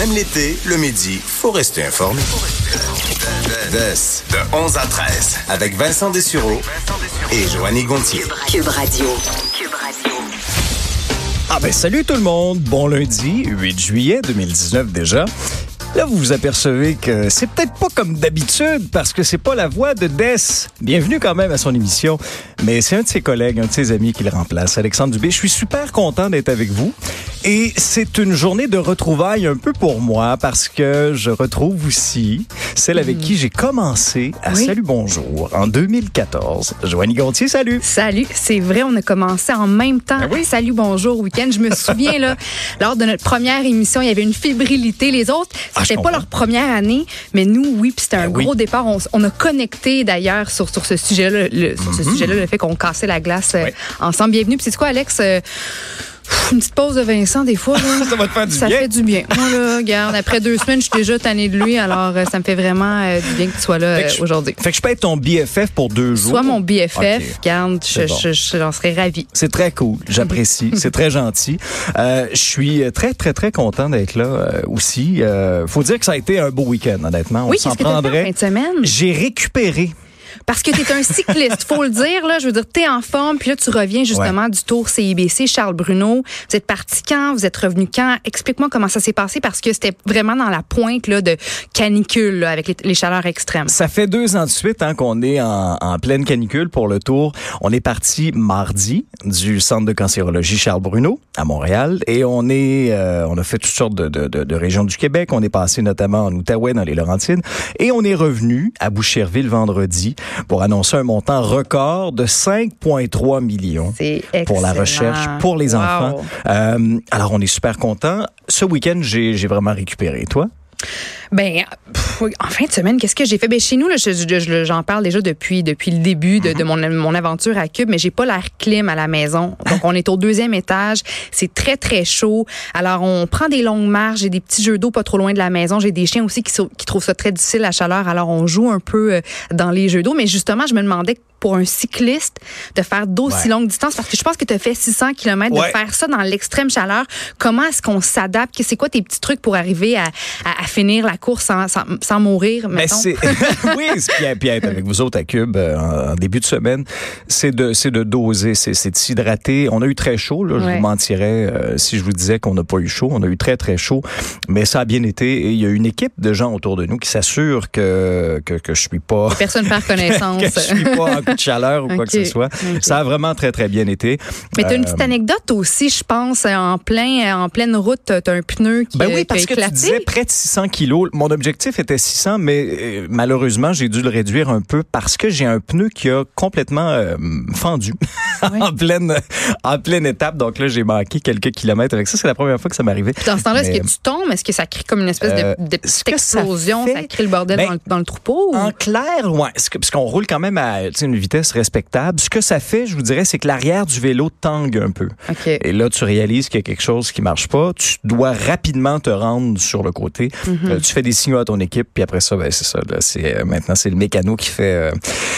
Même l'été, le midi, faut rester informé. De 11 à 13, avec Vincent Dessureau et Joanny Gontier. Cube Radio. Ah ben salut tout le monde, bon lundi, 8 juillet 2019 déjà. Là, vous vous apercevez que c'est peut-être pas comme d'habitude parce que c'est pas la voix de Des. Bienvenue quand même à son émission, mais c'est un de ses collègues, un de ses amis qui le remplace, Alexandre Dubé. Je suis super content d'être avec vous et c'est une journée de retrouvailles un peu pour moi parce que je retrouve aussi celle avec qui j'ai commencé à Salut Bonjour en 2014. Joanny Gontier, salut! Salut, c'est vrai, on a commencé en même temps. Ben oui. Salut Bonjour Week-end. Je me souviens, là, lors de notre première émission, il y avait une fébrilité. Les autres, c'était pas leur première année, mais nous, oui, puis c'était un gros départ. On a connecté d'ailleurs sur ce sujet-là, le fait qu'on cassait la glace ensemble. Bienvenue. Puis c'est quoi, Alex? Une petite pause de Vincent, des fois. Là, ça va te faire du bien. Ça fait du bien. Moi, là, regarde, après 2 semaines, je suis déjà tannée de lui, alors ça me fait vraiment du bien que tu sois là aujourd'hui. Fait que je peux être ton BFF pour 2 jours. Sois mon BFF, regarde, j'en serais ravie. C'est très cool, j'apprécie, c'est très gentil. Je suis très, très, très content d'être là aussi. Faut dire que ça a été un beau week-end, honnêtement. Oui, qu'est-ce que t'as fait en fin de semaine? J'ai récupéré. Parce que t'es un cycliste, faut le dire, là. Je veux dire, t'es en forme, puis là, tu reviens justement du Tour CIBC, Charles Bruno. Vous êtes parti quand? Vous êtes revenu quand? Explique-moi comment ça s'est passé, parce que c'était vraiment dans la pointe là, de canicule, là, avec les chaleurs extrêmes. Ça fait 2 ans de suite qu'on est en pleine canicule pour le Tour. On est parti mardi du Centre de cancérologie Charles Bruno à Montréal, et on a fait toutes sortes de régions du Québec. On est passé notamment en Outaouais, dans les Laurentides, et on est revenu à Boucherville vendredi pour annoncer un montant record de 5,3 millions pour la recherche pour les enfants. Alors, on est super contents. Ce week-end, j'ai vraiment récupéré. Toi? Ben, en fin de semaine, qu'est-ce que j'ai fait? Ben, chez nous, là, j'en parle déjà depuis le début de mon aventure à Cube, mais j'ai pas l'air clim à la maison. Donc, on est au 2e étage. C'est très, très chaud. Alors, on prend des longues marches. J'ai des petits jeux d'eau pas trop loin de la maison. J'ai des chiens aussi qui trouvent ça très difficile, la chaleur. Alors, on joue un peu dans les jeux d'eau. Mais justement, je me demandais pour un cycliste de faire d'aussi longues distances, parce que je pense que tu as fait 600 km, de faire ça dans l'extrême chaleur. Comment est-ce qu'on s'adapte? C'est quoi tes petits trucs pour arriver à finir la course sans mourir, mettons? Oui, puis être avec vous autres à Cube en début de semaine, c'est de doser, c'est de s'hydrater. On a eu très chaud, là, je vous mentirais si je vous disais qu'on n'a pas eu chaud. On a eu très, très chaud, mais ça a bien été. Et il y a une équipe de gens autour de nous qui s'assurent que je suis pas... Personne perd connaissance. que je suis pas en coup de chaleur ou quoi que ce soit. Ça a vraiment très, très bien été. Mais tu as une petite anecdote aussi, je pense, en pleine route, tu as un pneu qui a éclaté. Parce que tu disais près de 600 kilos. Mon objectif était 600, mais malheureusement, j'ai dû le réduire un peu parce que j'ai un pneu qui a complètement fendu en pleine étape. Donc là, j'ai manqué quelques kilomètres avec ça. C'est la première fois que ça m'arrivait. Dans ce temps-là, est-ce que tu tombes? Est-ce que ça crée comme une espèce de petite explosion? Ça crée le bordel dans le troupeau? En clair, oui. Parce qu'on roule quand même à une vitesse respectable. Ce que ça fait, je vous dirais, c'est que l'arrière du vélo tangue un peu. Et là, tu réalises qu'il y a quelque chose qui marche pas. Tu dois rapidement te rendre sur le côté. Tu fais des signaux à ton équipe, puis après ça, c'est ça. Là, maintenant, c'est le mécano qui fait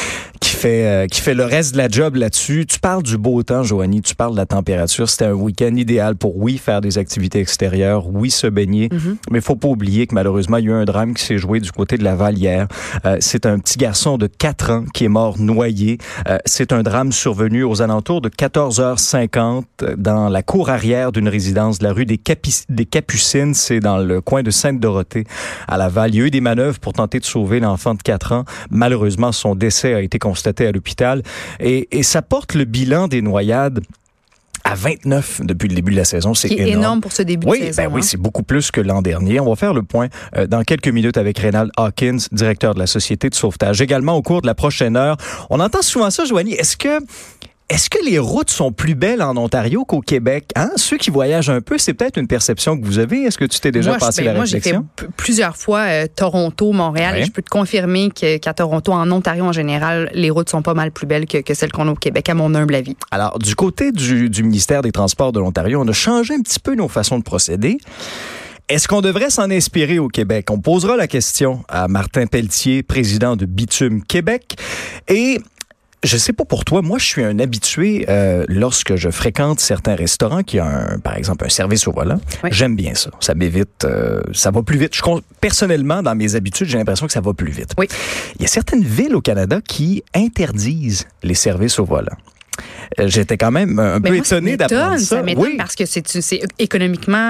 le reste de la job là-dessus. Tu parles du beau temps, Joanny, tu parles de la température. C'était un week-end idéal pour, faire des activités extérieures, se baigner. Mais il faut pas oublier que malheureusement, il y a eu un drame qui s'est joué du côté de Laval hier. C'est un petit garçon de 4 ans qui est mort noyé. C'est un drame survenu aux alentours de 14h50 dans la cour arrière d'une résidence de la rue des Capucines. C'est dans le coin de Sainte-Dorothée à Laval. Il y a eu des manœuvres pour tenter de sauver l'enfant de 4 ans. Malheureusement, son décès a été constaté à l'hôpital. Et ça porte le bilan des noyades à 29 depuis le début de la saison. C'est énorme pour ce début de saison. Oui, c'est beaucoup plus que l'an dernier. On va faire le point dans quelques minutes avec Reynald Hawkins, directeur de la Société de sauvetage. Également, au cours de la prochaine heure, on entend souvent ça, Joanny. Est-ce que les routes sont plus belles en Ontario qu'au Québec? Ceux qui voyagent un peu, c'est peut-être une perception que vous avez. Est-ce que tu t'es déjà passé la réflexion? Moi, j'ai fait plusieurs fois Toronto, Montréal, et je peux te confirmer qu'à Toronto, en Ontario en général, les routes sont pas mal plus belles que celles qu'on a au Québec, à mon humble avis. Alors, du côté du ministère des Transports de l'Ontario, on a changé un petit peu nos façons de procéder. Est-ce qu'on devrait s'en inspirer au Québec? On posera la question à Martin Pelletier, président de Bitume Québec. Et Je sais pas pour toi, moi je suis un habitué lorsque je fréquente certains restaurants qui ont par exemple un service au volant. Oui. J'aime bien ça. Ça m'évite, ça va plus vite. Personnellement, dans mes habitudes, j'ai l'impression que ça va plus vite. Oui. Il y a certaines villes au Canada qui interdisent les services au volant. J'étais quand même un peu étonné d'apprendre ça. Ça m'étonne parce que c'est économiquement,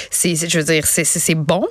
je veux dire, c'est bon.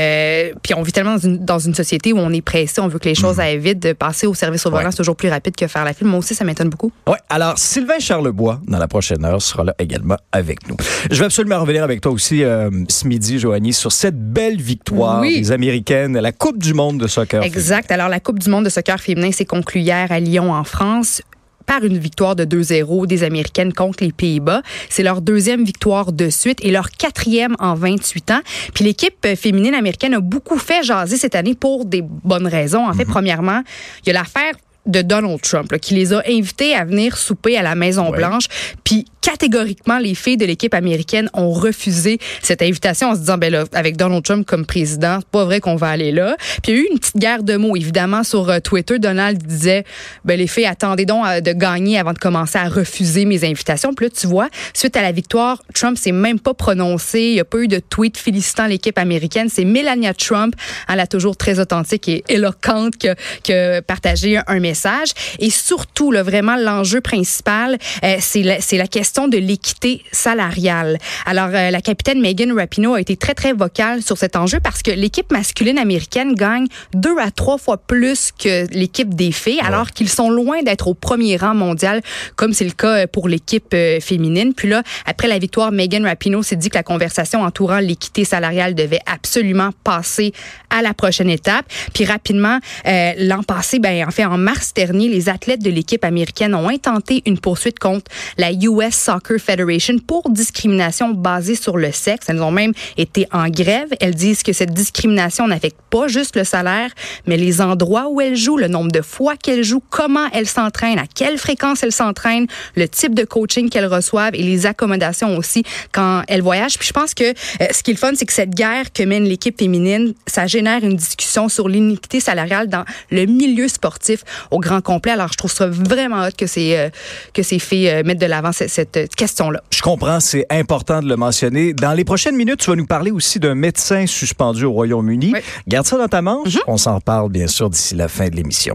Puis on vit tellement dans une société où on est pressé, on veut que les choses aillent vite. De passer au service au volant, c'est toujours plus rapide que faire la file. Moi aussi, ça m'étonne beaucoup. Oui. Alors, Sylvain Charlebois, dans la prochaine heure, sera là également avec nous. Je vais absolument revenir avec toi aussi ce midi, Joanie, sur cette belle victoire des Américaines à la Coupe du monde de soccer. Exact. Féminin. Alors, la Coupe du monde de soccer féminin s'est conclue hier à Lyon, en France, par une victoire de 2-0 des Américaines contre les Pays-Bas. C'est leur deuxième victoire de suite et leur quatrième en 28 ans. Puis l'équipe féminine américaine a beaucoup fait jaser cette année pour des bonnes raisons. En fait, premièrement, il y a l'affaire de Donald Trump, là, qui les a invités à venir souper à la Maison-Blanche. Puis catégoriquement, les filles de l'équipe américaine ont refusé cette invitation en se disant, ben là, avec Donald Trump comme président, c'est pas vrai qu'on va aller là. Puis il y a eu une petite guerre de mots. Évidemment, sur Twitter, Donald disait, ben les filles, attendez donc de gagner avant de commencer à refuser mes invitations. Puis là, tu vois, suite à la victoire, Trump s'est même pas prononcé. Il n'y a pas eu de tweet félicitant l'équipe américaine. C'est Melania Trump, elle a toujours très authentique et éloquente, qui a partagé un message. Et surtout, là, vraiment, l'enjeu principal, c'est la question de l'équité salariale. Alors, la capitaine Megan Rapinoe a été très, très vocale sur cet enjeu parce que l'équipe masculine américaine gagne 2 à 3 fois plus que l'équipe des filles, alors qu'ils sont loin d'être au premier rang mondial, comme c'est le cas pour l'équipe féminine. Puis là, après la victoire, Megan Rapinoe s'est dit que la conversation entourant l'équité salariale devait absolument passer à la prochaine étape. Puis rapidement, l'an passé, en fait, en mars dernier, les athlètes de l'équipe américaine ont intenté une poursuite contre la US Soccer Federation pour discrimination basée sur le sexe. Elles ont même été en grève. Elles disent que cette discrimination n'affecte pas juste le salaire, mais les endroits où elles jouent, le nombre de fois qu'elles jouent, comment elles s'entraînent, à quelle fréquence elles s'entraînent, le type de coaching qu'elles reçoivent et les accommodations aussi quand elles voyagent. Puis je pense que ce qui est le fun, c'est que cette guerre que mène l'équipe féminine, ça génère une discussion sur l'inéquité salariale dans le milieu sportif au grand complet. Alors, je trouve ça vraiment hot que ces filles mettent de l'avant cette question-là. Je comprends, c'est important de le mentionner. Dans les prochaines minutes, tu vas nous parler aussi d'un médecin suspendu au Royaume-Uni. Oui. Garde ça dans ta manche. On s'en parle, bien sûr, d'ici la fin de l'émission.